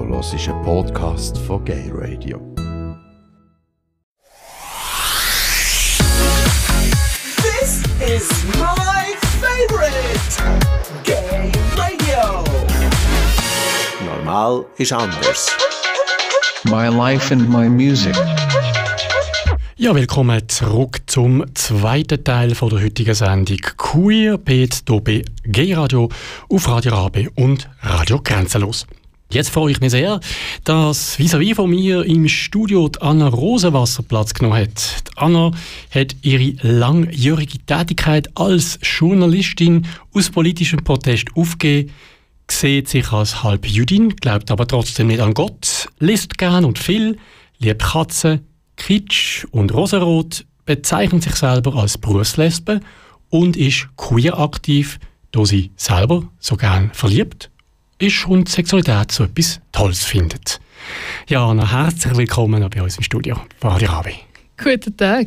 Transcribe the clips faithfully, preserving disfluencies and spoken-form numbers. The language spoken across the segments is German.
hörst einen Podcast von Gay Radio. This is my favorite Gay Radio. Normal ist anders. My life and my music. Ja, willkommen zurück zum zweiten Teil von der heutigen Sendung Queerbeat hier bei Gay Radio auf Radio Rabe und Radio Grenzenlos. Jetzt freue ich mich sehr, dass vis-à-vis von mir im Studio die Anna Rosenwasser Platz genommen hat. Die Anna hat ihre langjährige Tätigkeit als Journalistin aus politischem Protest aufgegeben, sieht sich als halb Jüdin, glaubt aber trotzdem nicht an Gott, liest gern und viel, liebt Katzen, Kitsch und Rosarot, bezeichnet sich selber als Berufslesbe und ist queer aktiv, da sie selber so gern verliebt ist und Sexualität so etwas Tolles findet. Ja, Anna, herzlich willkommen bei uns im Studio von Radio Rabe. Guten Tag.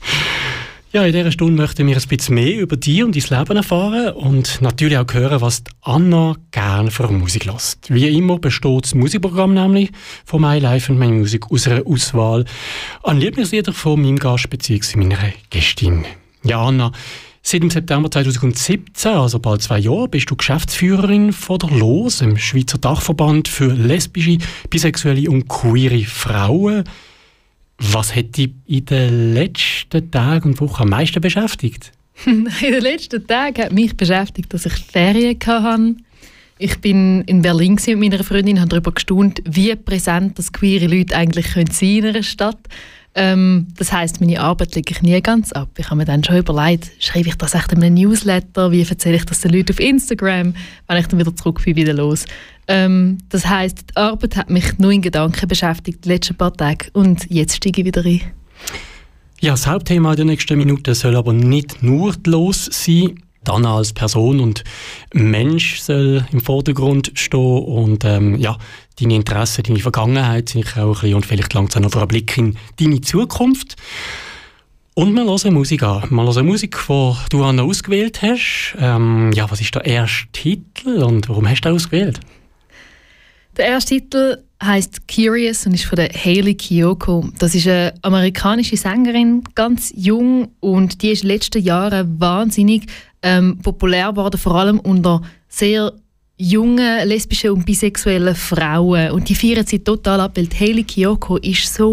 Ja, in dieser Stunde möchten wir ein bisschen mehr über dich und dein Leben erfahren und natürlich auch hören, was die Anna gerne für Musik hört. Wie immer besteht das Musikprogramm nämlich von My Life and My Music aus einer Auswahl an Lieblingsliedern von meinem Gast bzw. meiner Gästin. Ja, Anna, seit dem September zweitausendsiebzehn, also bald zwei Jahre, bist du Geschäftsführerin von der LOS, dem Schweizer Dachverband für lesbische, bisexuelle und queere Frauen. Was hat dich in den letzten Tagen und Wochen am meisten beschäftigt? In den letzten Tagen hat mich beschäftigt, dass ich Ferien hatte. Ich bin in Berlin mit meiner Freundin und habe darüber gestaunt, wie präsent das queere Leute eigentlich sein können in einer Stadt. Ähm, das heisst, meine Arbeit lege ich nie ganz ab. Ich habe mir dann schon überlegt, schreibe ich das echt in einem Newsletter, wie erzähle ich das den Leuten auf Instagram, wenn ich dann wieder zurück bin, wieder los. Ähm, das heisst, die Arbeit hat mich nur in Gedanken beschäftigt die letzten paar Tage und jetzt steige ich wieder ein. Ja, das Hauptthema in den nächsten Minuten soll aber nicht nur die LOS sein. Dann als Person und Mensch soll im Vordergrund stehen und ähm, ja, deine Interessen, deine Vergangenheit sicher auch ein bisschen und vielleicht langsam noch einen Blick in deine Zukunft. Und wir hören Musik an. Wir hören Musik, die du Anna ausgewählt hast. Ähm, ja, was ist der erste Titel und warum hast du den ausgewählt? Der erste Titel heisst Curious und ist von der Hayley Kiyoko. Das ist eine amerikanische Sängerin, ganz jung, und die ist in den letzten Jahren wahnsinnig ähm, populär geworden, vor allem unter sehr jungen lesbischen und bisexuellen Frauen. Und die feiern sie total ab, weil die Hayley Kiyoko ist so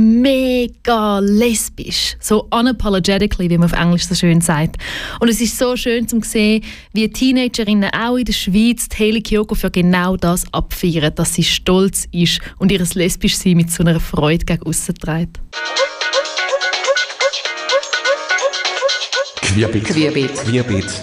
mega lesbisch. So unapologetically, wie man auf Englisch so schön sagt. Und es ist so schön zu sehen, wie Teenagerinnen auch in der Schweiz die Hayley Kiyoko für genau das abfeiern, dass sie stolz ist und ihr Lesbischsein mit so einer Freude gegen aussen trägt. Queerbeat. Queerbeat. Queerbeat.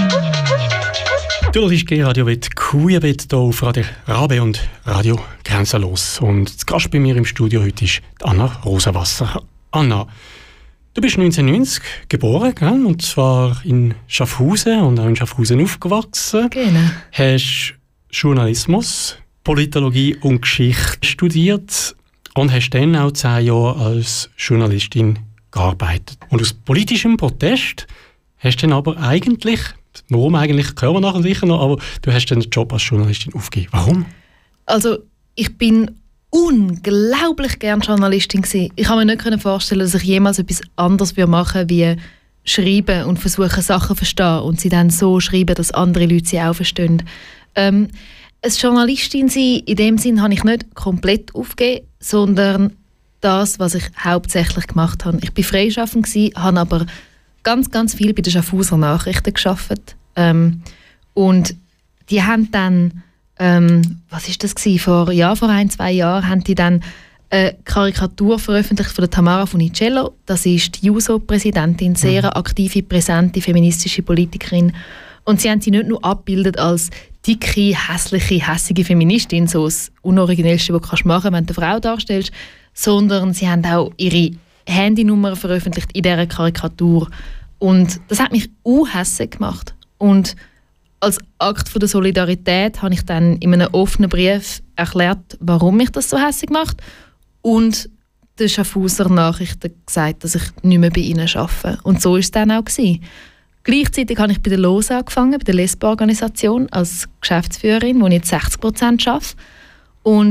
Du hörst Gay Radio mit Queerbeat hier auf Radio Rabe und Radio Grenzenlos. Und das Gast bei mir im Studio heute ist Anna Rosenwasser. Anna, du bist neunzehnhundertneunzig geboren, gell? Und zwar in Schaffhausen und auch in Schaffhausen aufgewachsen. Genau. Hast Journalismus, Politologie und Geschichte studiert und hast dann auch zehn Jahre als Journalistin gearbeitet. Und aus politischem Protest hast du dann aber eigentlich, warum eigentlich, hören wir nachher sicher noch, aber du hast dann den Job als Journalistin aufgegeben. Warum? Also, ich bin unglaublich gerne Journalistin gewesen. Ich kann mir nicht vorstellen, dass ich jemals etwas anderes machen würde, wie schreiben und versuchen, Sachen zu verstehen und sie dann so schreiben, dass andere Leute sie auch verstehen. Ähm, als Journalistin sein, in dem Sinn, habe ich nicht komplett aufgegeben, sondern das, was ich hauptsächlich gemacht habe. Ich war freischaffend, habe aber ganz, ganz viel bei den Schaffhauser Nachrichten gearbeitet. Ähm, und die haben dann, ähm, was ist das gewesen? Vor, ja, vor ein, zwei Jahren, haben die dann eine Karikatur veröffentlicht von der Tamara Funicello. Das ist die Juso-Präsidentin, sehr mhm. aktive, präsente, feministische Politikerin. Und sie haben sie nicht nur abgebildet als dicke, hässliche, hässige Feministin, so das Unoriginellste, was du machen kannst, wenn du eine Frau darstellst, sondern sie haben auch ihre Handynummer veröffentlicht in dieser Karikatur. Und das hat mich unhässig gemacht. Und als Akt von der Solidarität habe ich dann in einem offenen Brief erklärt, warum mich das so hässig macht. Und den Schaffhauser Nachrichten gesagt, dass ich nicht mehr bei ihnen arbeite. Und so war es dann auch gewesen. Gleichzeitig habe ich bei der LOS angefangen, bei der Lesbo-Organisation als Geschäftsführerin, wo ich jetzt sechzig Prozent arbeite. Und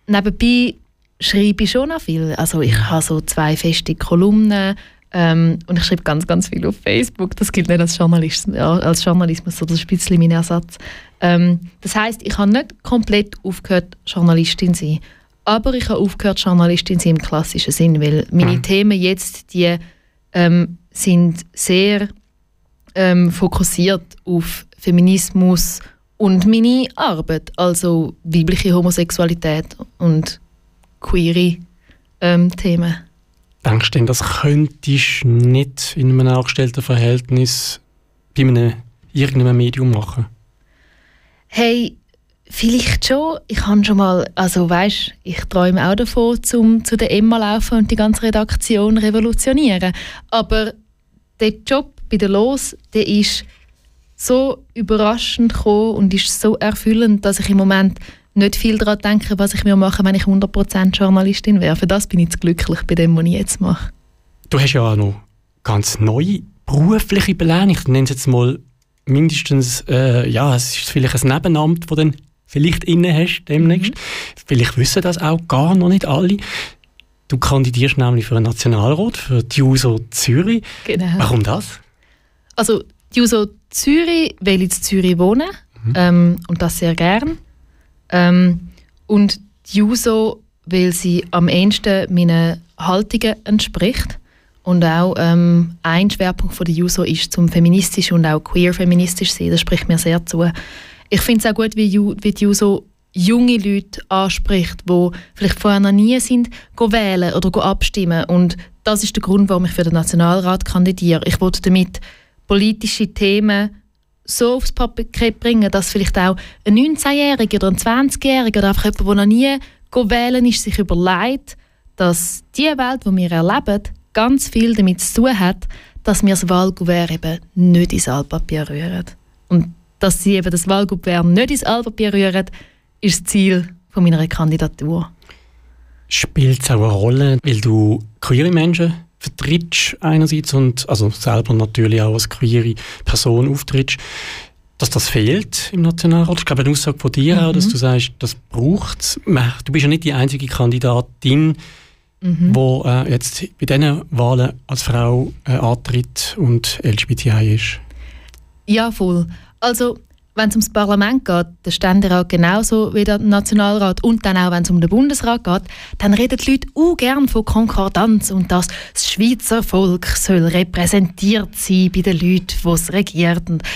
nebenbei schreibe ich schon noch viel. Also ich habe so zwei feste Kolumnen ähm, und ich schreibe ganz, ganz viel auf Facebook. Das gilt nicht als Journalismus, als Journalismus, das ist ein bisschen mein Ersatz. Ähm, das heisst, ich habe nicht komplett aufgehört, Journalistin zu sein. Aber ich habe aufgehört, Journalistin zu sein im klassischen Sinn, weil meine mhm. Themen jetzt, die ähm, sind sehr ähm, fokussiert auf Feminismus und meine Arbeit, also weibliche Homosexualität und queere ähm, Themen. Denkst du denn, das könntest du nicht in einem angestellten Verhältnis bei einem, irgendeinem Medium machen? Hey, vielleicht schon. Ich habe schon mal, also weißt, ich träume auch davon, zum zu der Emma laufen und die ganze Redaktion revolutionieren. Aber der Job bei der Los, der ist so überraschend gekommen und ist so erfüllend, dass ich im Moment nicht viel daran denke, was ich mir mache, wenn ich hundert Prozent Journalistin wäre. Für das bin ich jetzt glücklich bei dem, was ich jetzt mache. Du hast ja auch noch ganz neue berufliche Pläne. Ich nenne es jetzt mal mindestens, äh, ja, es ist vielleicht ein Nebenamt, das du dann vielleicht inne hast demnächst. Mhm. Vielleicht wissen das auch gar noch nicht alle. Du kandidierst nämlich für einen Nationalrat, für die Juso Zürich. Genau. Warum das? Also die Juso Zürich, weil ich in Zürich wohne mhm. ähm, und das sehr gern. Ähm, und die Juso, weil sie am ehesten meinen Haltungen entspricht. Und auch ähm, ein Schwerpunkt von der Juso ist zum feministisch und auch queer-feministisch sein. Das spricht mir sehr zu. Ich finde es auch gut, wie, Ju, wie die Juso junge Leute anspricht, die vielleicht vorher noch nie sind, go wählen oder go abstimmen. Und das ist der Grund, warum ich für den Nationalrat kandidiere. Ich wollte damit politische Themen so aufs Paket bringen, dass vielleicht auch ein neunzehnjähriger oder ein zwanzigjähriger oder einfach jemand, der noch nie go wählen ist, sich überlegt, dass die Welt, die wir erleben, ganz viel damit zu tun hat, dass wir das Wahlkuvert eben nicht ins Altpapier rühren. Und dass sie eben das Wahlkuvert nicht ins Altpapier rühren, ist das Ziel von meiner Kandidatur. Spielt es auch eine Rolle, weil du queere Menschen vertrittst einerseits und also selber natürlich auch als queere Person auftrittst, dass das fehlt im Nationalrat? Ich glaube, eine Aussage von dir mhm. auch, dass du sagst, das braucht es. Du bist ja nicht die einzige Kandidatin, mhm. die äh, jetzt bei diesen Wahlen als Frau äh, antritt und L G B T I ist. Ja, voll. Also, wenn es ums Parlament geht, der Ständerat genauso wie der Nationalrat und dann auch, wenn es um den Bundesrat geht, dann reden die Leute auch gerne von Konkordanz und dass das Schweizer Volk soll repräsentiert sein bei den Leuten, die es regiert. Und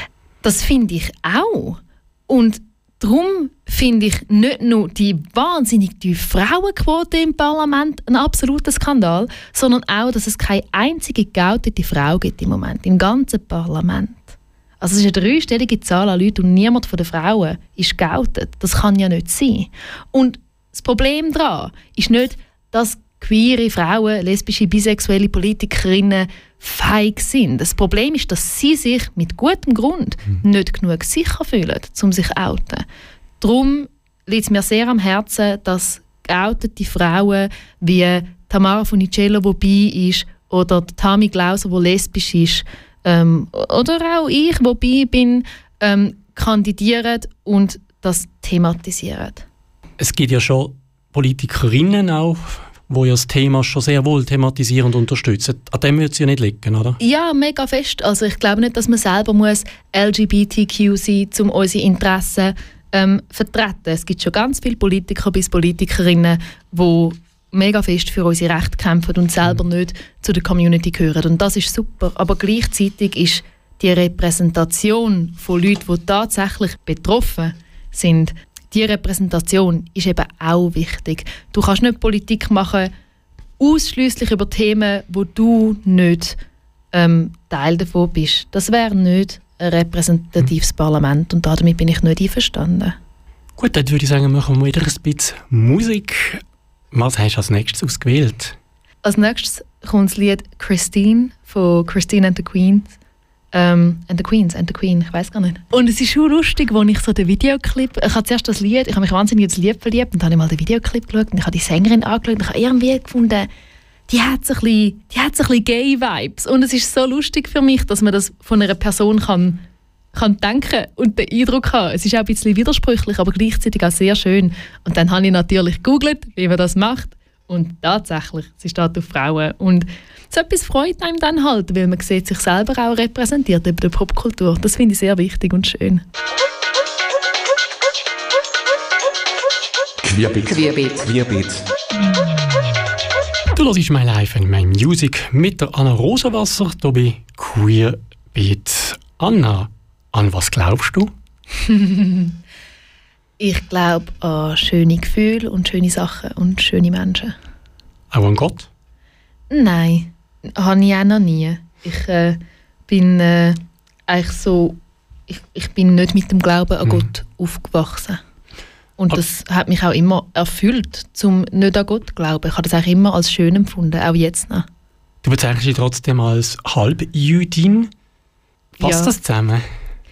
das finde ich auch. Und darum finde ich nicht nur die wahnsinnig tiefe Frauenquote im Parlament ein absoluter Skandal, sondern auch, dass es keine einzige geoutete Frau gibt im Moment, im ganzen Parlament. Also es ist eine dreistellige Zahl an Leuten und niemand von den Frauen ist geoutet. Das kann ja nicht sein. Und das Problem daran ist nicht, dass queere Frauen, lesbische, bisexuelle Politikerinnen feig sind. Das Problem ist, dass sie sich mit gutem Grund mhm. nicht genug sicher fühlen, um sich zu outen. Darum liegt es mir sehr am Herzen, dass geoutete Frauen wie Tamara Funicello, die bi ist, oder Tami Glauser, die lesbisch ist, Ähm, oder auch ich, wobei ich bin, ähm, kandidieren und das thematisieren. Es gibt ja schon Politikerinnen auch, die ja das Thema schon sehr wohl thematisieren und unterstützen. An dem würde es ja nicht liegen, oder? Ja, mega fest. Also ich glaube nicht, dass man selber muss L G B T Q sein muss, um unsere Interessen ähm, vertreten. Es gibt schon ganz viele Politiker bis Politikerinnen, die mega fest für unsere Rechte kämpfen und selber mhm. nicht zu der Community gehören. Und das ist super. Aber gleichzeitig ist die Repräsentation von Leuten, die tatsächlich betroffen sind, die Repräsentation ist eben auch wichtig. Du kannst nicht Politik machen, ausschliesslich über Themen, wo du nicht ähm, Teil davon bist. Das wäre nicht ein repräsentatives mhm. Parlament und damit bin ich nicht einverstanden. Gut, dann würde ich sagen, machen wir wieder ein bisschen Musik. Was hast du als nächstes ausgewählt? Als nächstes kommt das Lied «Christine» von «Christine and the Queens». Ähm, and the Queens, and the Queen, ich weiß gar nicht. Und es ist schon lustig, als ich so den Videoclip... Ich habe zuerst das Lied, ich habe mich wahnsinnig ins Lied verliebt und dann habe ich mal den Videoclip geschaut und ich habe die Sängerin angeschaut und ich habe irgendwie gefunden, die hat so ein bisschen, die hat so ein bisschen Gay-Vibes. Und es ist so lustig für mich, dass man das von einer Person kann kann denken und den Eindruck haben. Es ist auch ein bisschen widersprüchlich, aber gleichzeitig auch sehr schön. Und dann habe ich natürlich gegoogelt, wie man das macht. Und tatsächlich, sie steht auf Frauen. Und so etwas freut einem dann halt, weil man sieht sich selber auch repräsentiert über die Popkultur. Das finde ich sehr wichtig und schön. Querbeat. Querbeat. Querbeat. Du hörst «My Life and My Music» mit der Anna Rosenwasser hier bei Querbeat. Anna, an was glaubst du? Ich glaube an schöne Gefühle und schöne Sachen und schöne Menschen. Auch an Gott? Nein, habe ich auch noch nie. Ich äh, bin äh, eigentlich so, ich, ich bin nicht mit dem Glauben an mhm. Gott aufgewachsen. Und das hat mich auch immer erfüllt, um nicht an Gott zu glauben. Ich habe das auch immer als schön empfunden, auch jetzt noch. Du bezeichnest dich trotzdem als Halbjüdin. Passt ja. das zusammen?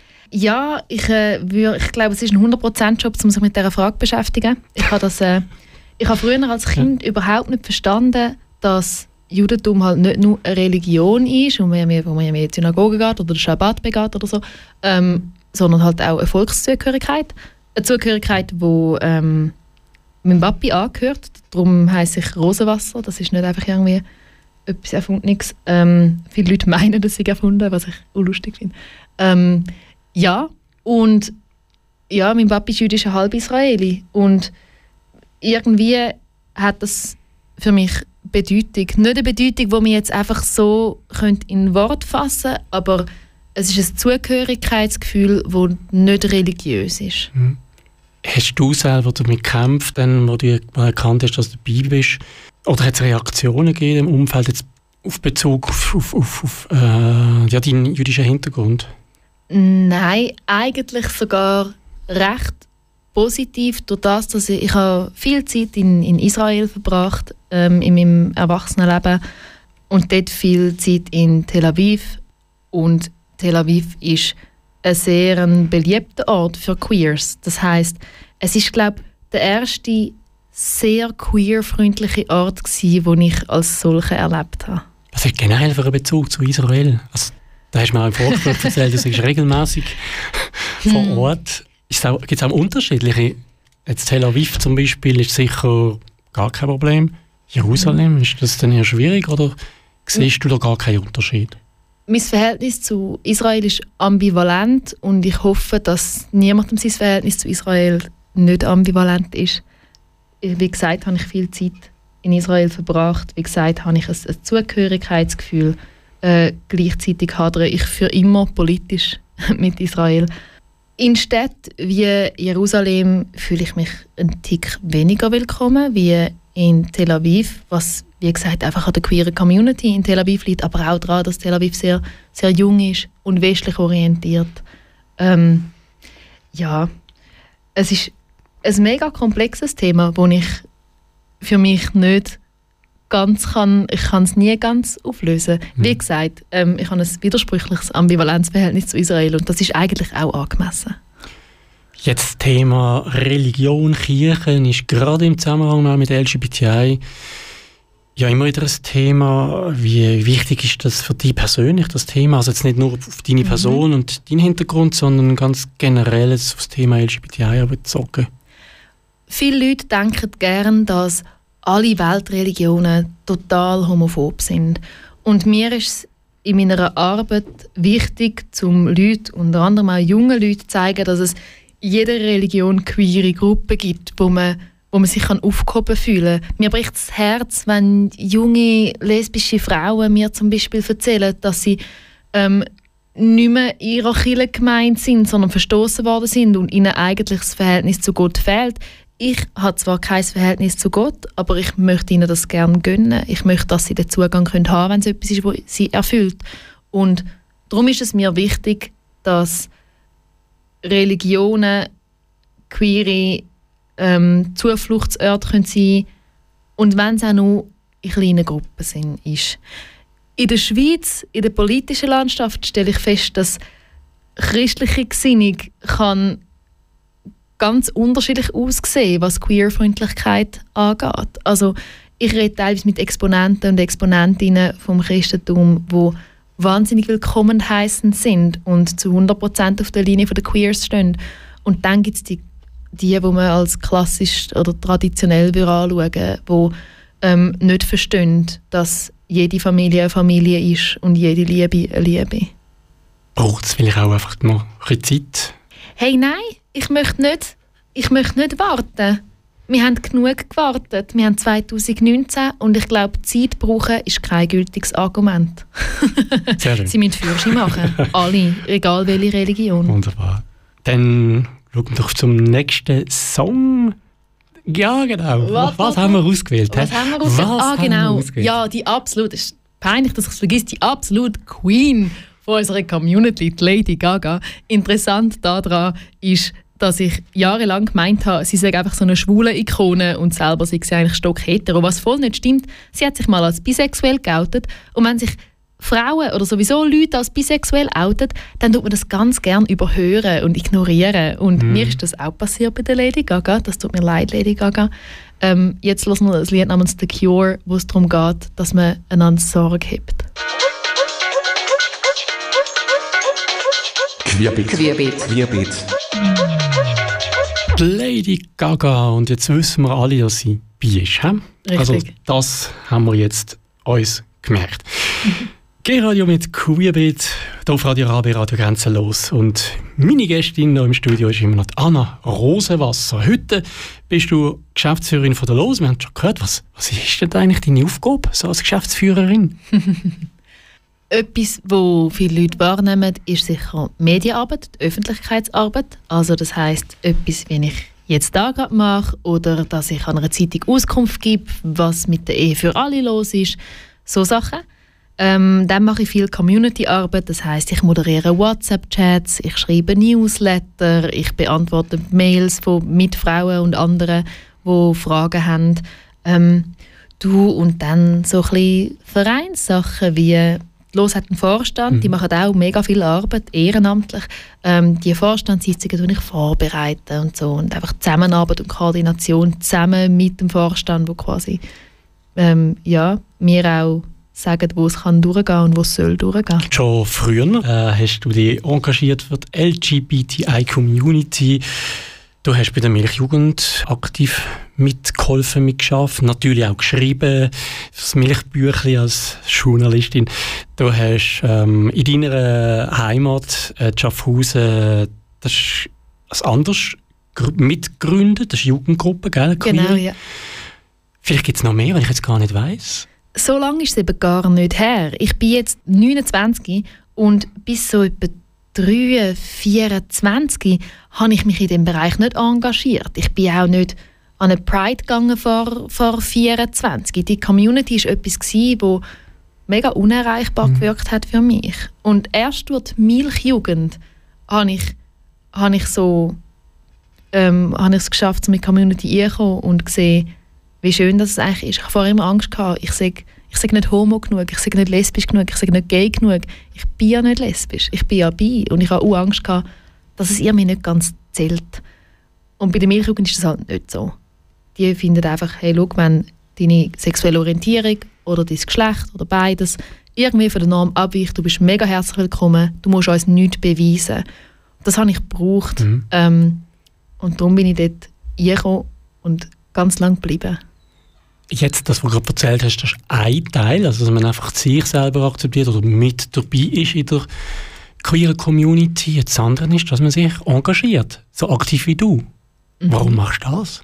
Ja, ich, äh, würd, ich glaube, es ist ein hundert Prozent Job, um sich mit dieser Frage zu beschäftigen. Ich habe, das, äh, ich habe früher als Kind ja. überhaupt nicht verstanden, dass Judentum halt nicht nur eine Religion ist, wo man in die Synagoge geht oder den Schabbat begeht oder so, ähm, sondern halt auch eine Volkszugehörigkeit. Eine Zugehörigkeit, die ähm, meinem Papi angehört. Darum heisse ich Rosenwasser. Das ist nicht einfach irgendwie etwas Erfundenes. Ähm, viele Leute meinen, dass ich erfunden, was ich auch lustig finde. Ähm, ja, und ja, mein Papi ist jüdischer Halb-Israeli. Und irgendwie hat das für mich Bedeutung. Nicht eine Bedeutung, die man jetzt einfach so in Wort fassen könnte, aber es ist ein Zugehörigkeitsgefühl, das nicht religiös ist. Mhm. Hast du selber damit gekämpft, dann, wo du erkannt hast, dass du dabei bist? Oder hat es Reaktionen gegeben im Umfeld jetzt auf Bezug auf, auf, auf, auf äh, ja, deinen jüdischen Hintergrund? Nein, eigentlich sogar recht positiv, durch das, dass ich, ich habe viel Zeit in, in Israel verbracht, ähm, in meinem Erwachsenenleben, und dort viel Zeit in Tel Aviv. Und Tel Aviv ist ein sehr ein beliebter Ort für Queers. Das heisst, es ist, glaube ich, der erste sehr queer-freundliche Ort gsi, den ich als solche erlebt habe. Was hat generell für einen Bezug zu Israel? Also, da hast du mir auch im Vorgespräch erzählt, du bist regelmäßig vor Ort. Gibt es auch unterschiedliche? Jetzt Tel Aviv zum Beispiel ist sicher gar kein Problem. Jerusalem, ist das dann eher schwierig oder siehst du da gar keinen Unterschied? Mein Verhältnis zu Israel ist ambivalent und ich hoffe, dass niemandem sein Verhältnis zu Israel nicht ambivalent ist. Wie gesagt, habe ich viel Zeit in Israel verbracht. Wie gesagt, habe ich ein, ein Zugehörigkeitsgefühl. Äh, gleichzeitig hadere ich für immer politisch mit Israel. In Städten wie Jerusalem fühle ich mich einen Tick weniger willkommen wie in Tel Aviv, was, wie gesagt, einfach an der queeren Community in Tel Aviv liegt, aber auch daran, dass Tel Aviv sehr, sehr jung ist und westlich orientiert. Ähm, ja, es ist ein mega komplexes Thema, das ich für mich nicht ganz kann, ich kann es nie ganz auflösen. Mhm. Wie gesagt, ähm, ich habe ein widersprüchliches Ambivalenzverhältnis zu Israel und das ist eigentlich auch angemessen. Jetzt das Thema Religion, Kirchen ist gerade im Zusammenhang mit L G B T I ja immer wieder ein Thema. Wie wichtig ist das für dich persönlich, das Thema? Also jetzt nicht nur auf deine Person mhm. und deinen Hintergrund, sondern ganz generell auf das Thema L G B T I bezogen. Viele Leute denken gern, dass alle Weltreligionen total homophob sind. Und mir ist es in meiner Arbeit wichtig, um Leuten, unter anderem auch jungen Leuten, zu zeigen, dass es in jeder Religion queere Gruppen gibt, wo man, wo man sich aufgehoben fühlen kann. Mir bricht das Herz, wenn junge lesbische Frauen mir zum Beispiel erzählen, dass sie ähm, nicht mehr in ihrer Kirche gemeint sind, sondern verstoßen worden sind und ihnen eigentlich das Verhältnis zu Gott fehlt. Ich habe zwar kein Verhältnis zu Gott, aber ich möchte ihnen das gerne gönnen. Ich möchte, dass sie den Zugang können haben, wenn es etwas ist, was sie erfüllt. Und darum ist es mir wichtig, dass Religionen queere ähm, Zufluchtsorte können sein können. Und wenn es auch nur in kleinen Gruppen sind, ist. In der Schweiz, in der politischen Landschaft, stelle ich fest, dass christliche Gesinnung kann ganz unterschiedlich aussehen, was Queerfreundlichkeit angeht. Also ich rede teilweise mit Exponenten und Exponentinnen vom Christentum, die wahnsinnig willkommen heißend sind und zu hundert Prozent auf der Linie der Queers stehen. Und dann gibt es die, die, die man als klassisch oder traditionell anschauen würde, die ähm, nicht verstehen, dass jede Familie eine Familie ist und jede Liebe eine Liebe. Braucht es vielleicht auch einfach noch ein bisschen Zeit? Hey, nein, ich möchte nicht, ich möchte nicht warten. Wir haben genug gewartet. Wir haben zwanzig neunzehn und ich glaube, Zeit brauchen ist kein gültiges Argument. Sehr schön. Sie müssen Führerschein machen. Alle, egal welche Religion. Wunderbar. Dann schauen wir doch zum nächsten Song. Ja, genau. Was, was haben wir ausgewählt? Was he? haben wir ausgewählt? Was ah, haben genau. wir ausgewählt? Ja, die absolut, es ist peinlich, dass ich es vergesse, die absolute Queen von unserer Community, die Lady Gaga. Interessant daran ist, dass ich jahrelang gemeint habe, sie sei einfach so eine schwule Ikone und selber sei sie eigentlich stockhetero, was voll nicht stimmt. Sie hat sich mal als bisexuell geoutet und wenn sich Frauen oder sowieso Leute als bisexuell outet, dann tut man das ganz gern überhören und ignorieren. Und mm. mir ist das auch passiert bei der Lady Gaga. Das tut mir leid, Lady Gaga. Ähm, jetzt hören wir das Lied namens The Cure, wo es darum geht, dass man einander Sorge hebt. Querbeat. Querbeat. Querbeat. Lady Gaga. Und jetzt wissen wir alle, dass sie bi ist. He? Richtig. Also das haben wir jetzt uns gemerkt. G-Radio mit Querbeat, hier auf Radio Rabe, Radio Grenzenlos. Und meine Gästin hier im Studio ist immer noch Anna Rosenwasser. Heute bist du Geschäftsführerin von der Los. Wir haben schon gehört, was, was ist denn eigentlich deine Aufgabe so als Geschäftsführerin? Etwas, was viele Leute wahrnehmen, ist sicher Medienarbeit, die Öffentlichkeitsarbeit. Also das heisst, etwas, wie ich jetzt da gerade mache oder dass ich an einer Zeitung Auskunft gebe, was mit der Ehe für alle los ist. So Sachen. Ähm, dann mache ich viel Community-Arbeit, das heisst, ich moderiere WhatsApp-Chats, ich schreibe Newsletter, ich beantworte Mails von Mitfrauen und anderen, die Fragen haben. Ähm, du und dann so ein bisschen Vereinssachen wie die Los hat einen Vorstand, mhm. die machen auch mega viel Arbeit, ehrenamtlich. Ähm, die Vorstandssitzungen die ich vorbereite und so und einfach Zusammenarbeit und Koordination zusammen mit dem Vorstand, wo quasi ähm, ja, mir auch sagen, wo es kann durchgehen und wo es soll durchgehen. Schon früher äh, hast du dich engagiert für die L G B T I-Community. Du hast bei der Milchjugend aktiv mitgeholfen, mitgeschafft, natürlich auch geschrieben, das Milchbüchlein als Journalistin. Du hast ähm, in deiner Heimat äh, Schaffhausen das ist als anders mitgegründet, das ist Jugendgruppe, gell? Genau, ja. Vielleicht gibt es noch mehr, wenn ich jetzt gar nicht weiss. So lange ist es eben gar nicht her. Ich bin jetzt neunundzwanzig und bis so etwa drei, vierundzwanzig habe ich mich in diesem Bereich nicht engagiert. Ich bin auch nicht an eine Pride gegangen vor, vor vierundzwanzig. Die Community war etwas, das mega unerreichbar mhm. gewirkt hat für mich. Und erst durch die Milchjugend habe ich, habe ich so ähm, habe ich es geschafft, so mit der Community reinzukommen und gesehen, wie schön das eigentlich ist. Ich habe vorher immer Angst gehabt, ich sage ich sag nicht homo genug, ich sage nicht lesbisch genug, ich sage nicht gay genug. Ich bin ja nicht lesbisch, ich bin ja bi. Und ich habe auch Angst gehabt, dass es ihr mir nicht ganz zählt. Und bei der Milchjugend ist das halt nicht so. Die finden einfach, hey, schau, wenn deine sexuelle Orientierung oder dein Geschlecht oder beides irgendwie von der Norm abweicht, du bist mega herzlich willkommen, du musst uns nichts beweisen. Das habe ich gebraucht. Mhm. Ähm, und darum bin ich dort reingekommen und ganz lang geblieben. Jetzt, das, was du gerade erzählt hast, das ist ein Teil, also dass man einfach sich selber akzeptiert oder mit dabei ist in der queeren Community. Das andere ist, dass man sich engagiert, so aktiv wie du. Mhm. Warum machst du das?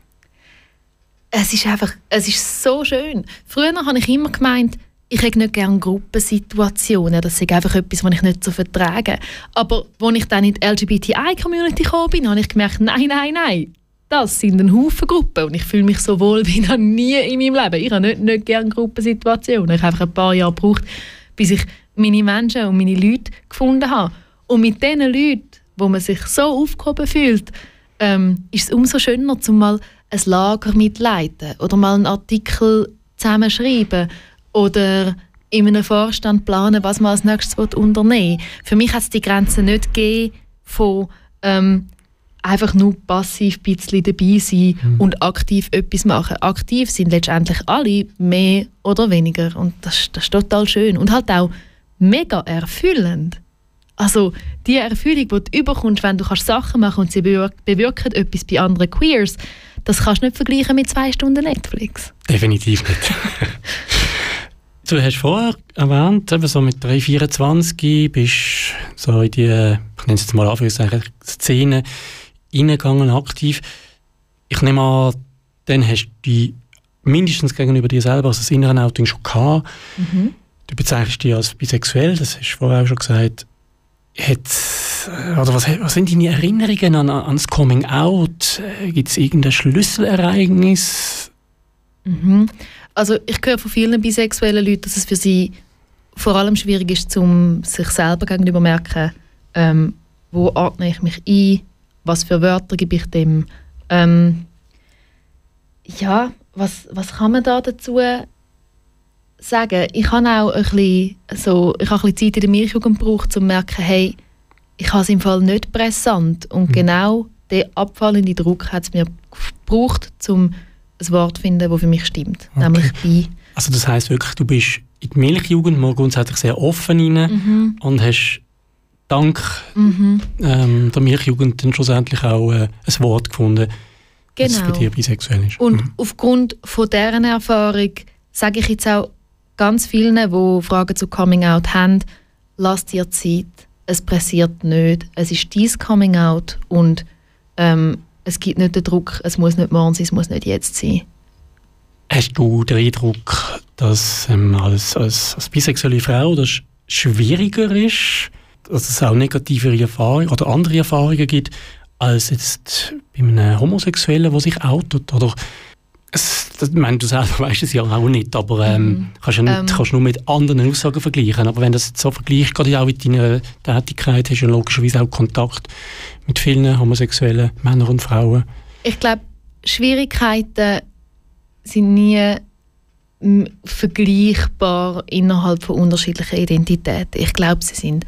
Es ist einfach, es ist so schön. Früher habe ich immer gemeint, ich hätte nicht gerne Gruppensituationen, das ist einfach etwas, was ich nicht so vertrage. Aber als ich dann in die L G B T I-Community gekommen bin, habe ich gemerkt, nein, nein, nein. Das sind ein Haufen Gruppen und ich fühle mich so wohl wie noch nie in meinem Leben. Ich habe nicht, nicht gerne Gruppensituationen. Ich habe einfach ein paar Jahre gebraucht, bis ich meine Menschen und meine Leute gefunden habe. Und mit diesen Leuten, wo man sich so aufgehoben fühlt, ähm, ist es umso schöner, zum mal ein Lager mitleiten oder mal einen Artikel zusammenschreiben oder in einem Vorstand planen, was man als nächstes unternehmen will. Für mich hat es die Grenze nicht gegeben von ähm, einfach nur passiv ein bisschen dabei sein mhm. und aktiv etwas machen. Aktiv sind letztendlich alle, mehr oder weniger. Und das, das ist total schön. Und halt auch mega erfüllend. Also die Erfüllung, die du überkommst, wenn du kannst Sachen machen und sie bewirken, bewirken etwas bei anderen Queers, das kannst du nicht vergleichen mit zwei Stunden Netflix. Definitiv nicht. Du hast vorher erwähnt, eben so mit drei vierundzwanzig bist so in die, ich nenne es jetzt mal Anführungszeichen, Szene reingegangen, aktiv. Ich nehme an, dann hast du die mindestens gegenüber dir selber also das innere Outing schon gehabt. Mhm. Du bezeichnest dich als bisexuell, das hast du vorher auch schon gesagt. Hat, oder was, was sind deine Erinnerungen an, an das Coming Out? Gibt es irgendein Schlüsselereignis? Mhm. Also ich höre von vielen bisexuellen Leuten, dass es für sie vor allem schwierig ist, um sich selber gegenüber zu merken, ähm, wo ordne ich mich ein, was für Wörter gebe ich dem. Ähm, ja, was, was kann man da dazu sagen? Ich habe auch ein bisschen, so, ich habe ein bisschen Zeit in der Milchjugend gebraucht, um zu merken, hey, ich habe es im Fall nicht pressant. Und mhm. genau der abfallende Druck hat es mir gebraucht, um ein Wort zu finden, das für mich stimmt. Okay. Nämlich bi. Also das heisst wirklich, du bist in die Milchjugend mal grundsätzlich sehr offen rein mhm. und hast dank mhm. ähm, der Milchjugend dann schlussendlich auch äh, ein Wort gefunden, genau. das für dich bisexuell ist. Und mhm. aufgrund von deren Erfahrung sage ich jetzt auch ganz vielen, die Fragen zu Coming Out haben, lass dir Zeit, es pressiert nicht, es ist dein Coming Out und ähm, es gibt nicht den Druck, es muss nicht morgen sein, es muss nicht jetzt sein. Hast du den Eindruck, dass ähm, als, als, als bisexuelle Frau das schwieriger ist, dass es auch negativere Erfahrungen oder andere Erfahrungen gibt, als jetzt bei einem Homosexuellen, der sich outet? Oder es, das, ich meine, du selber weißt es ja auch nicht, aber ähm, mhm. kannst du ja nicht, ähm. kannst nur mit anderen Aussagen vergleichen. Aber wenn du das so vergleichst, gerade auch mit deiner Tätigkeit, hast du ja logischerweise auch Kontakt mit vielen homosexuellen Männern und Frauen. Ich glaube, Schwierigkeiten sind nie m, vergleichbar innerhalb von unterschiedlichen Identitäten. Ich glaube, sie sind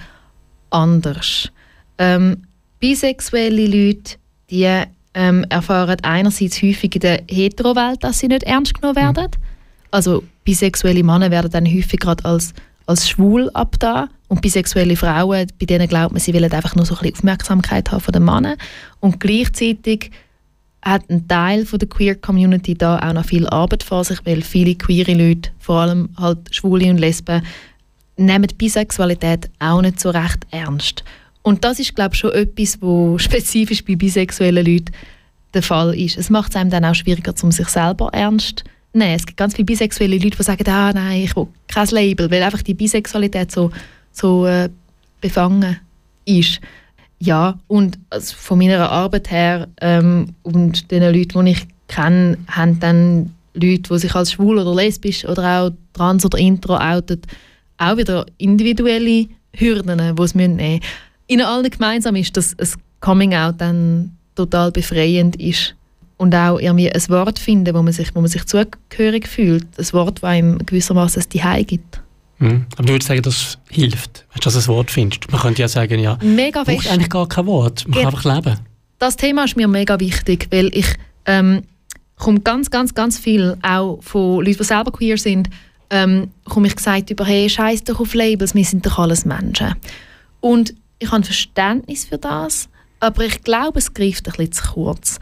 anders. Ähm, bisexuelle Leute, die ähm, erfahren einerseits häufig in der Hetero-Welt, dass sie nicht ernst genommen werden. Mhm. Also bisexuelle Männer werden dann häufig gerade als, als schwul abgetan. Und bisexuelle Frauen, bei denen glaubt man, sie wollen einfach nur so ein bisschen Aufmerksamkeit haben von den Männern. Und gleichzeitig hat ein Teil von der Queer-Community da auch noch viel Arbeit vor sich, weil viele queere Leute, vor allem halt Schwule und Lesben, nehmen Bisexualität auch nicht so recht ernst. Und das ist, glaube ich, schon etwas, was spezifisch bei bisexuellen Leuten der Fall ist. Es macht es einem dann auch schwieriger, um sich selber ernst zu nehmen. Es gibt ganz viele bisexuelle Leute, die sagen, ah, nein, ich will kein Label, weil einfach die Bisexualität so, so äh, befangen ist. Ja, und also von meiner Arbeit her ähm, und den Leuten, die ich kenne, haben dann Leute, die sich als schwul oder lesbisch oder auch trans oder intro outen, auch wieder individuelle Hürden, die es nehmen müssen. Ihnen allen gemeinsam ist, dass ein Coming-out dann total befreiend ist. Und auch irgendwie ein Wort finden, wo man sich, wo man sich zugehörig fühlt. Ein Wort, das einem gewissermaßen ein Zuhause gibt. Mhm. Aber du würdest sagen, das hilft, wenn du das ein Wort findest. Man könnte ja sagen, ja, mega braucht fest. eigentlich gar kein Wort, man Ge- kann einfach leben. Das Thema ist mir mega wichtig, weil ich ähm, komme ganz, ganz, ganz viel auch von Leuten, die selber queer sind, ähm, komme ich gesagt über, hey, scheiß doch auf Labels, wir sind doch alles Menschen. Und ich habe ein Verständnis für das, aber ich glaube, es greift ein bisschen zu kurz.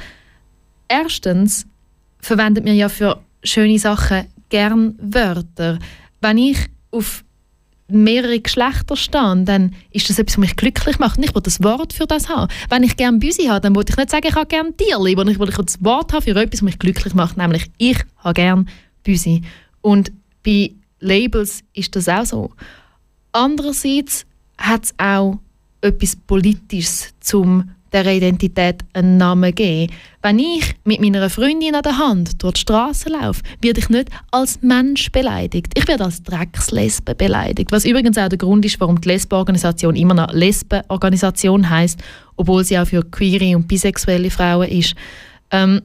Erstens verwendet man ja für schöne Sachen gern Wörter. Wenn ich auf mehrere Geschlechter stehe, dann ist das etwas, was mich glücklich macht. Und ich will das Wort für das haben. Wenn ich gerne Büsi habe, dann will ich nicht sagen, ich habe gerne Tierli, sondern ich will das Wort haben für etwas, was mich glücklich macht, nämlich ich habe gerne Büsi. Und bei Labels ist das auch so. Andererseits hat es auch etwas Politisches, um dieser Identität einen Namen zu geben. Wenn ich mit meiner Freundin an der Hand durch die Straße laufe, werde ich nicht als Mensch beleidigt. Ich werde als Dreckslesbe beleidigt. Was übrigens auch der Grund ist, warum die Lesbenorganisation immer noch Lesbenorganisation heisst, obwohl sie auch für queere und bisexuelle Frauen ist. Ähm,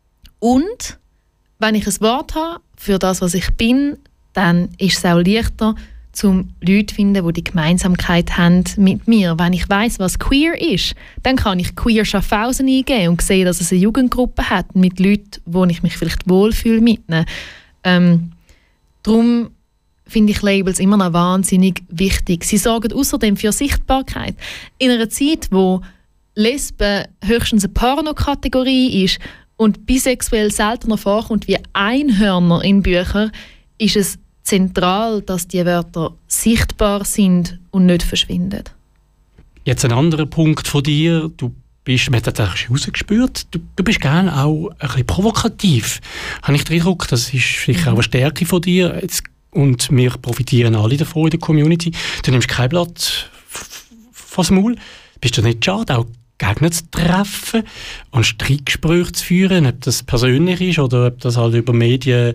und wenn ich ein Wort habe für das, was ich bin, dann ist es auch leichter, um Leute zu finden, die die Gemeinsamkeit haben mit mir. Wenn ich weiss, was queer ist, dann kann ich queer Schaffhausen eingeben und sehen, dass es eine Jugendgruppe hat mit Leuten, wo ich mich vielleicht wohlfühle mit ihnen. Ähm, darum finde ich Labels immer noch wahnsinnig wichtig. Sie sorgen außerdem für Sichtbarkeit. In einer Zeit, wo Lesben höchstens eine Pornokategorie ist und bisexuell seltener vorkommt wie Einhörner in Büchern, ist es zentral, dass die Wörter sichtbar sind und nicht verschwinden. Jetzt ein anderer Punkt von dir. Du bist, man hat das auch rausgespürt, du, du bist gerne auch ein bisschen provokativ. Habe ich den Eindruck, das ist sicher auch eine Stärke von dir. Jetzt, und wir profitieren alle davon in der Community. Du nimmst kein Blatt vors Maul. Bist du nicht schade, auch Gegner zu treffen und Streitgespräche zu führen, ob das persönlich ist oder ob das halt über Medien...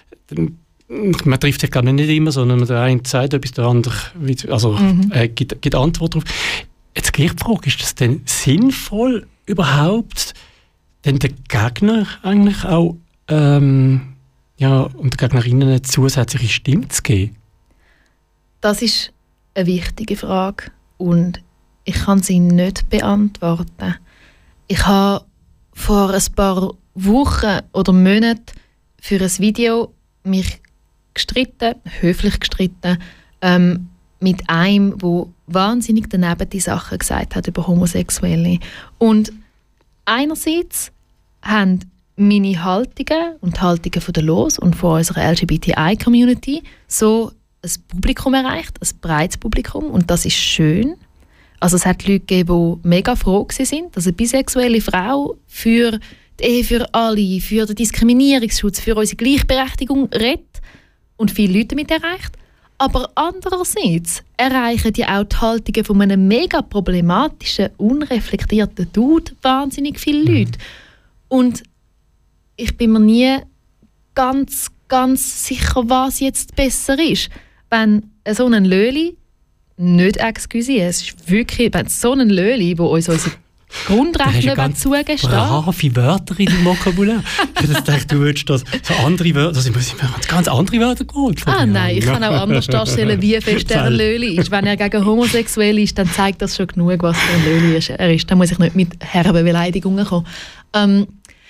Man trifft sich glaube ich nicht immer, sondern der eine sagt etwas, der andere also, mhm. äh, gibt, gibt Antwort darauf. Jetzt gleich die Frage, ist das denn sinnvoll überhaupt, denn der Gegner eigentlich auch ähm, ja, und der Gegnerinnen eine zusätzliche Stimme zu geben? Das ist eine wichtige Frage und ich kann sie nicht beantworten. Ich habe vor ein paar Wochen oder Monaten für ein Video mich gestritten, höflich gestritten, ähm, mit einem, der wahnsinnig daneben die Sachen gesagt hat über Homosexuelle. Und einerseits haben meine Haltungen und die Haltungen von der Los und von unserer L G B T I-Community so ein Publikum erreicht, ein breites Publikum, und das ist schön. Also es hat Leute gegeben, die mega froh waren, dass eine bisexuelle Frau für die Ehe für alle, für den Diskriminierungsschutz, für unsere Gleichberechtigung redet und viele Leute damit erreicht. Aber andererseits erreichen die auch die Haltungen von einem mega problematischen, unreflektierten Dude wahnsinnig viele Leute. Und ich bin mir nie ganz, ganz sicher, was jetzt besser ist. Wenn so ein Löli, nicht excusez, es ist wirklich, wenn so ein Löli, der uns unsere Grundrechte nicht zugestehen. Brave Wörter in deinem Vokabular. Ich dachte, du würdest das so andere Wörter, also ich muss ganz andere Wörter geholt. Ah nein, ich kann auch anders darstellen, wie fest er ein Löli ist. Wenn er gegen Homosexuelle ist, dann zeigt das schon genug, was für ein Löli ist. er ist. Dann muss ich nicht mit herben Beleidigungen kommen. Ähm,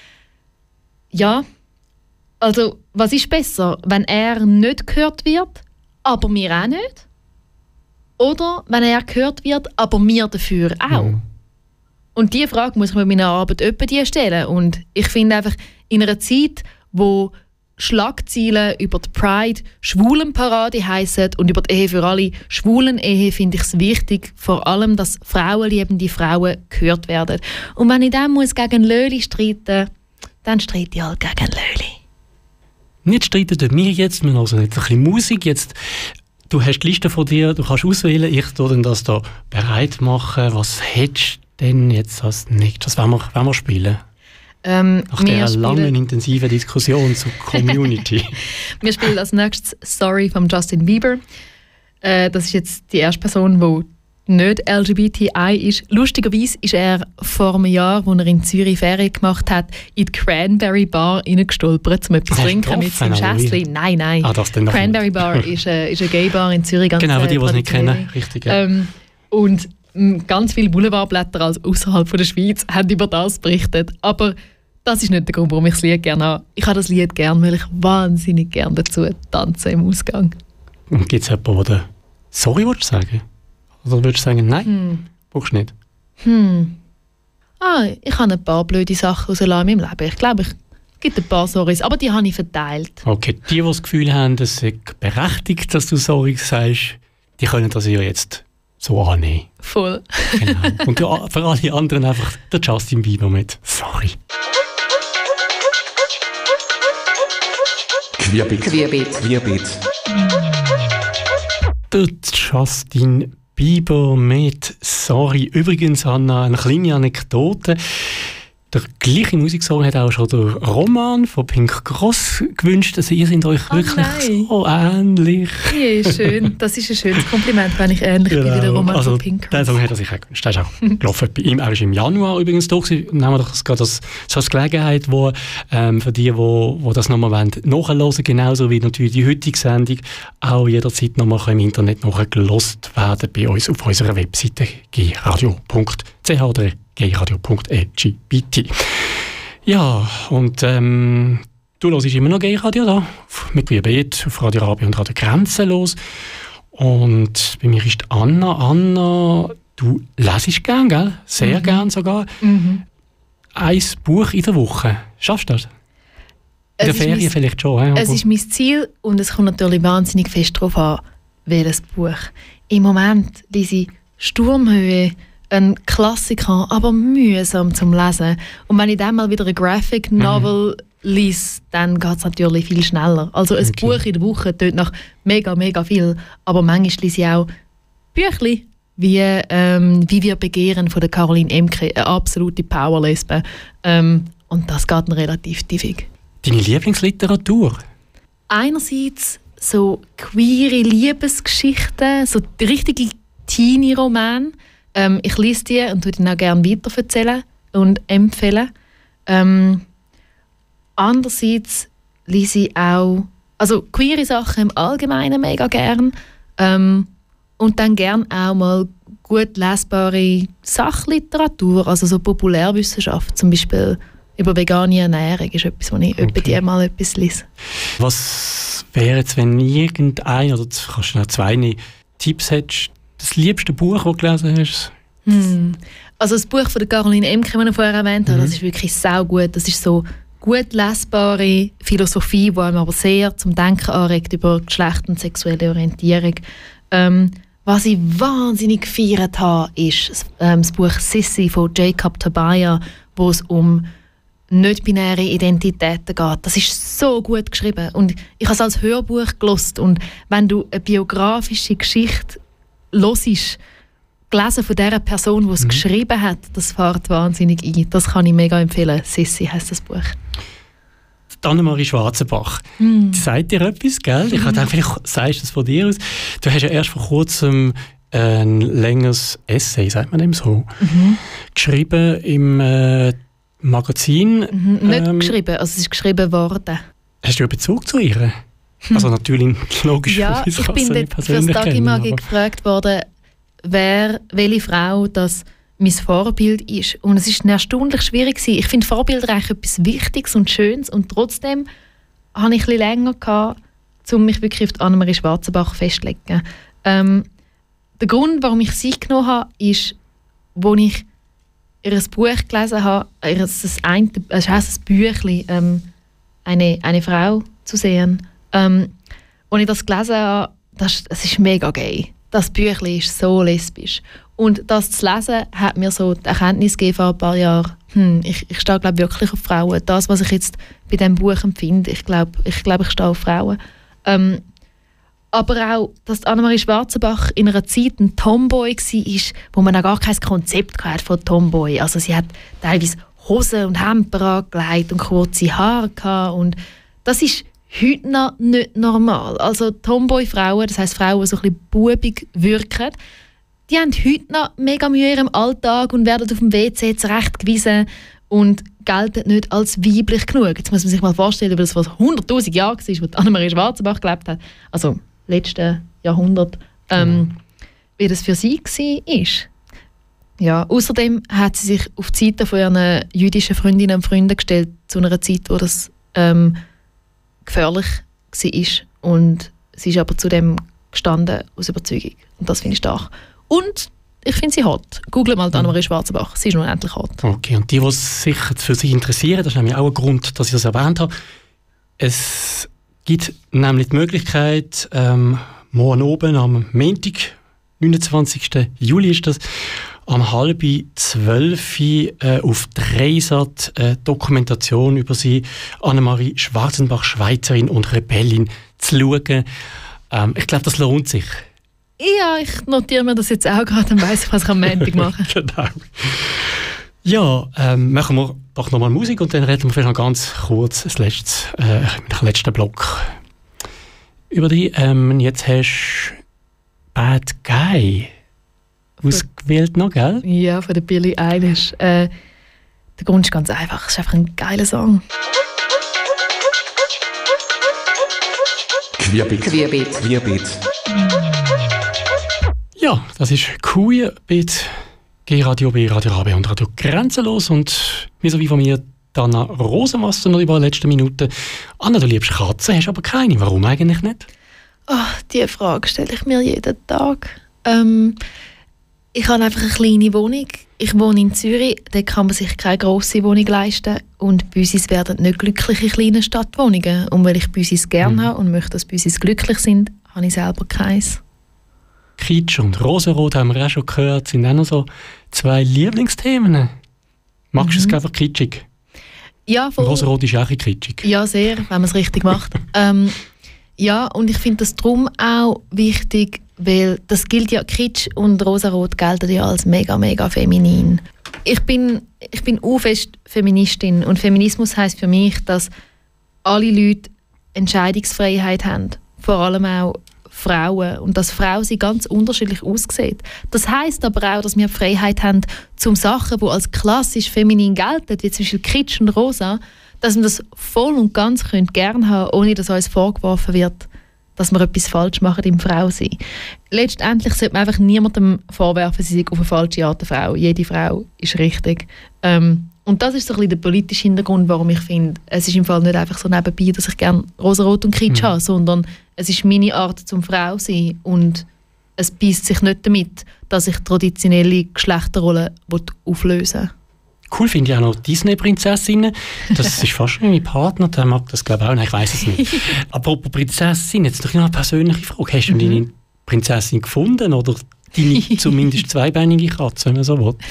ja, also was ist besser, wenn er nicht gehört wird, aber wir auch nicht? Oder wenn er gehört wird, aber wir dafür auch? Mhm. Und diese Frage muss ich mir in meiner Arbeit öppe stellen. Und ich finde einfach, in einer Zeit, wo Schlagzeilen über die Pride Schwulenparade heissen und über die Ehe für alle Schwulen-Ehe, finde ich es wichtig, vor allem, dass frauenliebende Frauen gehört werden. Und wenn ich dann muss gegen Löli streiten, dann streite ich halt gegen Löli. Nicht streiten wir jetzt, wir hören jetzt ein bisschen Musik. Jetzt, du hast die Liste von dir, du kannst auswählen, ich tue das da bereit machen. Was hättest du denn jetzt als nächstes? Was wollen wir, wollen wir spielen? Ähm, Nach der langen, intensiven Diskussion zur Community. Wir spielen als nächstes «Sorry» von Justin Bieber. Äh, das ist jetzt die erste Person, die nicht L G B T I ist. Lustigerweise ist er vor einem Jahr, als er in Zürich Ferien gemacht hat, in die Cranberry Bar reingestolpert, um etwas zu trinken mit seinem Schäßchen. Nein, nein. Ah, das Cranberry Bar ist, äh, ist eine Gay Bar in Zürich. Ganz, genau, für die, äh, die es nicht kennen. Richtig, ja. ähm, und m, ganz viele Boulevardblätter als außerhalb der Schweiz haben über das berichtet. Aber das ist nicht der Grund, warum ich das Lied gerne habe. Ich habe das Lied gerne, weil ich wahnsinnig gerne dazu tanze im Ausgang. Und gibt es jemanden, der «Sorry» willst du sagen? Oder würdest du sagen, nein, hm. brauchst du nicht? Hm. Ah, ich habe ein paar blöde Sachen rausgelassen in meinem Leben. Ich glaube, es gibt ein paar Sorries, aber die habe ich verteilt. Okay, die, die das Gefühl haben, es sei berechtigt, dass du Sorry sagst, die können das ja jetzt so annehmen. Voll. Genau. Und für alle anderen einfach der Justin Bieber mit «Sorry». Querbeet. Querbeet. Querbeet. Der Justin Bieber mit «Sorry». Übrigens, Anna, eine kleine Anekdote. Der gleiche Musiksong hat auch schon der Roman von Pink Cross gewünscht. Also ihr seid euch oh, wirklich nein. so ähnlich. Ja, schön. Das ist ein schönes Kompliment, wenn ich ähnlich genau. bin wie der Roman also, von Pink Cross. Den Song hat er sich auch gewünscht. Der ist auch gelaufen bei ihm. Er ist im Januar übrigens da gewesen. Nehmen wir doch das gerade als, als Gelegenheit, wo, ähm, für die, die wo, wo das nochmal nachhören wollen, genauso wie natürlich die heutige Sendung, auch jederzeit nochmal im Internet nachgelost werden bei uns auf unserer Webseite g radio punkt c h oder g radio punkt l g b t. Ja, und ähm, du hörst immer noch Gay Radio da, mit Queerbeet auf Radio Rabe und Radio Grenzenlos. Und bei mir ist Anna. Anna, du lesest gern, gell? Sehr mhm. gern sogar. Mhm. Ein Buch in der Woche. Schaffst du das? In der Ferien mein, vielleicht schon. He? Es ist mein Ziel und es kommt natürlich wahnsinnig fest darauf an, welches Buch. Im Moment lese ich Sturmhöhe, ein Klassiker, aber mühsam zum Lesen. Und wenn ich dann mal wieder eine Graphic Novel mhm. lese, dann geht es natürlich viel schneller. Also ein okay. Buch in der Woche tut nach mega, mega viel. Aber manchmal lese ich auch Büchli wie ähm, «Wie wir begehren» von der Caroline Emke, eine absolute Powerlesbe. Ähm, und das geht dann relativ tiefig. Deine Lieblingsliteratur? Einerseits so queere Liebesgeschichten, so die richtige Teenie-Romane. Ähm, ich lese die und würde die auch gerne weiterverzählen und empfehlen. Ähm, andererseits lese ich auch also queere Sachen im Allgemeinen mega gern. Ähm, und dann gern auch mal gut lesbare Sachliteratur, also so Populärwissenschaft, zum Beispiel über vegane Ernährung ist etwas, wo ich okay. etwa die mal etwas lese. Was wäre jetzt, wenn irgendein, oder kannst du noch zwei Tipps hättest, das liebste Buch, das du gelesen hast? Hm. Also das Buch von der Caroline Emke, das ich vorher erwähnt habe, mhm. das ist wirklich sau gut. Das ist so gut lesbare Philosophie, die einem aber sehr zum Denken anregt über Geschlecht und sexuelle Orientierung. Ähm, was ich wahnsinnig gefeiert habe, ist das, ähm, das Buch «Sissy» von Jacob Tobias, wo es um nicht-binäre Identitäten geht. Das ist so gut geschrieben und ich habe es als Hörbuch gelesen. Und wenn du eine biografische Geschichte hörst, gelesen von der Person, die es mhm. geschrieben hat, das fährt wahnsinnig ein. Das kann ich mega empfehlen. «Sissy» heisst das Buch. Annemarie Schwarzenbach. Mm. Die sagt dir etwas, gell? Ich mm. gedacht, vielleicht sagst du es von dir aus. Du hast ja erst vor kurzem ein längeres Essay, sagt man dem so, mm-hmm. geschrieben im äh, Magazin. Mm-hmm. Nicht ähm, geschrieben, also es ist geschrieben worden. Hast du einen Bezug zu ihr? Hm. Also natürlich logisch. Ja, ich bin dort für das Tagi-Magi gefragt worden, wer, welche Frau das mein Vorbild ist. Und es war erstaunlich schwierig. Ich finde Vorbilder eigentlich etwas Wichtiges und Schönes und trotzdem hatte ich ein bisschen länger gehabt, um mich wirklich auf die Annemarie Schwarzenbach festzulegen. Ähm, der Grund, warum ich sie genommen habe, ist, als ich ihr Buch gelesen habe, ihr das eine, es heisst ein Büchlein, ähm, eine, eine Frau zu sehen. Ähm, als ich das gelesen habe, das, das ist mega gay. Das Büchlein ist so lesbisch. Und das zu lesen, hat mir so die Erkenntnis gegeben vor ein paar Jahren, hm, ich, ich stehe glaub, wirklich auf Frauen. Das, was ich jetzt bei diesem Buch empfinde, ich glaube, ich, glaub, ich stehe auf Frauen. Ähm, aber auch, dass Annemarie Schwarzenbach in einer Zeit ein Tomboy war, wo man auch gar kein Konzept hatte von Tomboy. Also sie hat teilweise Hosen und Hemden angelegt und kurze Haare gehabt. Und das ist heute noch nicht normal. Also Tomboy-Frauen, das heisst Frauen, die so ein bisschen bubig wirken, die haben heute noch mega Mühe in ihrem Alltag und werden auf dem W C zurechtgewiesen und gelten nicht als weiblich genug. Jetzt muss man sich mal vorstellen, wie das vor hunderttausend Jahren war, als Annemarie Schwarzenbach gelebt hat, also letzten Jahrhundert, ähm, mhm. wie das für sie war. Ja, außerdem hat sie sich auf die Seite von ihren jüdischen Freundinnen und Freunden gestellt, zu einer Zeit, wo das ähm, gefährlich war. Und sie ist aber zu dem gestanden aus Überzeugung. Und das finde ich stark. Und ich finde sie hot. Google mal Annemarie Schwarzenbach. Sie ist nun endlich hot. Okay, und die, die sich für sie interessieren, das ist nämlich auch ein Grund, dass ich das erwähnt habe. Es gibt nämlich die Möglichkeit, ähm, morgen oben am Montag, neunundzwanzigsten Juli ist das, am halb zwölf äh, auf Dreisat äh, Dokumentation über sie, Annemarie Schwarzenbach, Schweizerin und Rebellin, zu schauen. Ähm, ich glaube, das lohnt sich. Ja, ich notiere mir das jetzt auch gerade, dann weiss ich, was ich am Montag mache. Genau. Ja, ähm, machen wir doch nochmal Musik und dann reden wir vielleicht noch ganz kurz das letzte, äh, den letzten Block über die. Ähm, jetzt hast du Bad Guy ausgewählt noch, gell? Ja, von der Billie Eilish. Äh, der Grund ist ganz einfach, es ist einfach ein geiler Song. Querbeet. Querbeet. Querbeet. Ja, das ist Queerbeet, G-Radio B, Radio Rabe und Radio Grenzenlos. Und wie so wie von mir Anna Rosenwasser noch über die letzten Minuten. Anna, du liebst Katzen, hast aber keine. Warum eigentlich nicht? Oh, diese Frage stelle ich mir jeden Tag. Ähm, ich habe einfach eine kleine Wohnung. Ich wohne in Zürich, da kann man sich keine grosse Wohnung leisten. Und Büsis werden nicht glückliche kleine Stadtwohnungen. Und weil ich Büsis gerne mhm. habe und möchte, dass Büsis glücklich sind, habe ich selber keins. Kitsch und Rosenrot haben wir auch schon gehört, sind auch noch so zwei Lieblingsthemen. Magst du mhm. es einfach kitschig? Ja, voll. Rosenrot ist auch ein kitschig. Ja, sehr, wenn man es richtig macht. ähm, ja, und ich finde das darum auch wichtig, weil das gilt ja, Kitsch und Rosarot gelten ja als mega, mega feminin. Ich bin, ich bin auch fest Feministin und Feminismus heisst für mich, dass alle Leute Entscheidungsfreiheit haben, vor allem auch Frauen, und dass Frauen sie ganz unterschiedlich aussehen. Das heisst aber auch, dass wir die Freiheit haben, zum Sachen, die als klassisch feminin gelten, wie zum Beispiel Kitsch und Rosa, dass wir das voll und ganz gerne haben, ohne dass uns vorgeworfen wird, dass wir etwas falsch machen im Frausein. Letztendlich sollte man einfach niemandem vorwerfen, sie sei auf eine falsche Art eine Frau. Jede Frau ist richtig. Ähm, und das ist so ein bisschen der politische Hintergrund, warum ich finde, es ist im Fall nicht einfach so nebenbei, dass ich gerne Rosarot und Kitsch mhm. habe, sondern es ist meine Art zum Frau sein und es beißt sich nicht damit, dass ich traditionelle Geschlechterrollen auflösen will. Cool finde ich auch noch Disney-Prinzessinnen. Das ist fast wie mein Partner, der mag das glaube ich auch. Nein, ich weiss es nicht. Apropos Prinzessin, jetzt noch eine persönliche Frage. Hast du mhm. deine Prinzessin gefunden oder deine zumindest zweibeinige Katze, wenn man so will?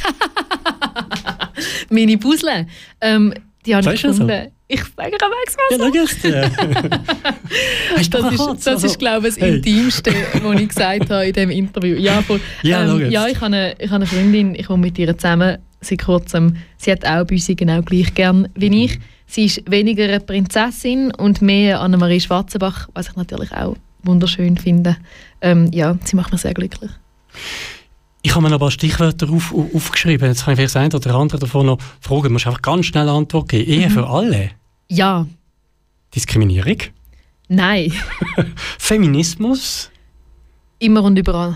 Meine Puzzle, ähm, die habe ich gefunden. So? Ich sage am Max mal so. Ja, hast du das ist, das also, ist, glaube ich, das hey. Intimste, was ich gesagt habe in diesem Interview. Ja, voll. Ja, ähm, ja ich, habe eine, ich habe eine Freundin, ich wohne mit ihr zusammen seit kurzem. Sie hat auch Büsi genau gleich gern wie ich. Sie ist weniger eine Prinzessin und mehr Annemarie Schwarzenbach, was ich natürlich auch wunderschön finde. Ähm, ja, sie macht mich sehr glücklich. Ich habe mir noch ein paar Stichwörter auf, auf, aufgeschrieben. Jetzt kann ich vielleicht ein oder andere davon noch fragen. Du musst einfach ganz schnell eine Antwort geben. Ehe mhm. für alle? Ja. Diskriminierung? Nein. Feminismus? Immer und überall.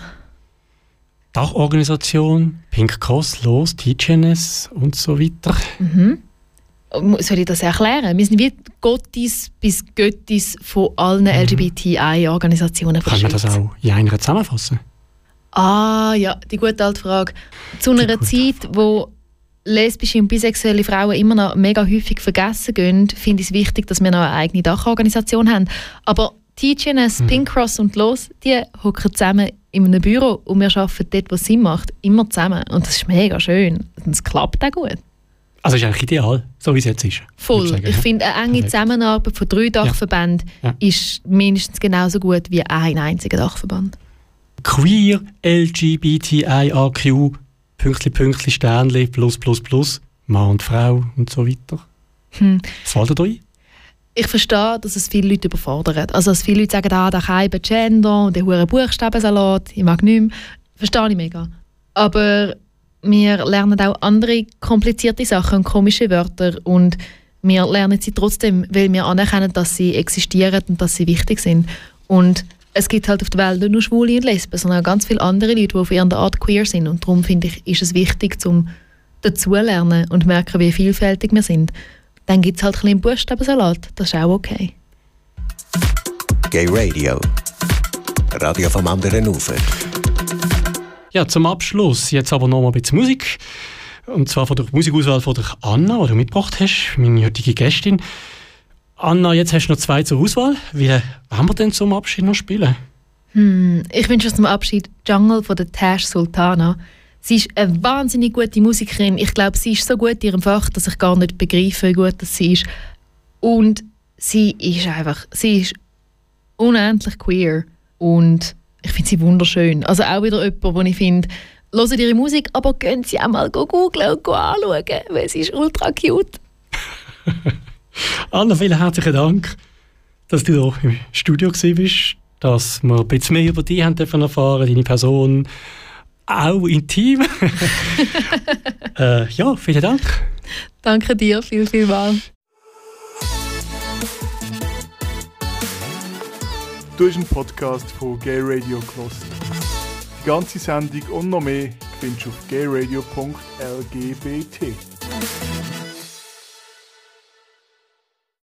Dachorganisation, Pink Cross, Los, T G N S und so weiter. Mhm. Soll ich das erklären? Wir sind wie Gottis bis Göttis von allen mhm. L G B T I-Organisationen. Kann man das auch in einer zusammenfassen? Ah, ja, die gute alte Frage. Zu einer Zeit, wo lesbische und bisexuelle Frauen immer noch mega häufig vergessen gehen, finde ich es wichtig, dass wir noch eine eigene Dachorganisation haben. Aber T G N S, mhm. Pink Cross und Los, die hocken zusammen in einem Büro und wir arbeiten dort, was Sinn macht, immer zusammen. Und das ist mega schön. Und es klappt auch gut. Also ist eigentlich ideal, so wie es jetzt ist. Voll. Ich, sagen, ich ja. finde, eine enge Zusammenarbeit von drei Dachverbänden ja. Ja. ist mindestens genauso gut wie ein einziger Dachverband. Queer, L G B T I A Q, Pünktli, Pünktli, Sternli, plus, plus, plus, Mann und Frau und so weiter. Hm. Was fällt dir ein? Ich verstehe, dass es viele Leute überfordert. Also, dass viele Leute sagen, ah, da kein Gender und der hure Buchstabensalat, ich mag nicht mehr. Verstehe ich mega. Aber wir lernen auch andere komplizierte Sachen und komische Wörter und wir lernen sie trotzdem, weil wir anerkennen, dass sie existieren und dass sie wichtig sind. Und es gibt halt auf der Welt nicht nur Schwule und Lesben, sondern auch ganz viele andere Leute, die auf ihre Art queer sind. Und darum finde ich, ist es wichtig, zum dazulernen und merken, wie vielfältig wir sind. Dann gibt es halt ein bisschen Buchstabensalat. Das ist auch okay. Gay Radio. Radio vom anderen Ufer. Ja, zum Abschluss jetzt aber noch mal ein bisschen Musik. Und zwar von der Musikauswahl von der Anna, die du mitgebracht hast, meine heutige Gästin. Anna, jetzt hast du noch zwei zur Auswahl. Wie wollen wir denn zum Abschied noch spielen? Hm, ich wünsche uns zum Abschied Jungle von der Tash Sultana. Sie ist eine wahnsinnig gute Musikerin. Ich glaube, sie ist so gut in ihrem Fach, dass ich gar nicht begreife, wie gut das sie ist. Und sie ist einfach, sie ist unendlich queer. Und ich finde sie wunderschön. Also auch wieder jemand, wo ich finde, hören ihre Musik, aber gehen sie auch mal googeln und anschauen, weil sie ist ultra cute. Anna, vielen herzlichen Dank, dass du hier im Studio warst, dass wir ein bisschen mehr über dich haben erfahren, deine Person, auch intim. äh, ja, vielen Dank. Danke dir, viel, viel mal. Du hast einen Podcast von Gay Radio gehört. Die ganze Sendung und noch mehr findest du auf gayradio punkt l g b t.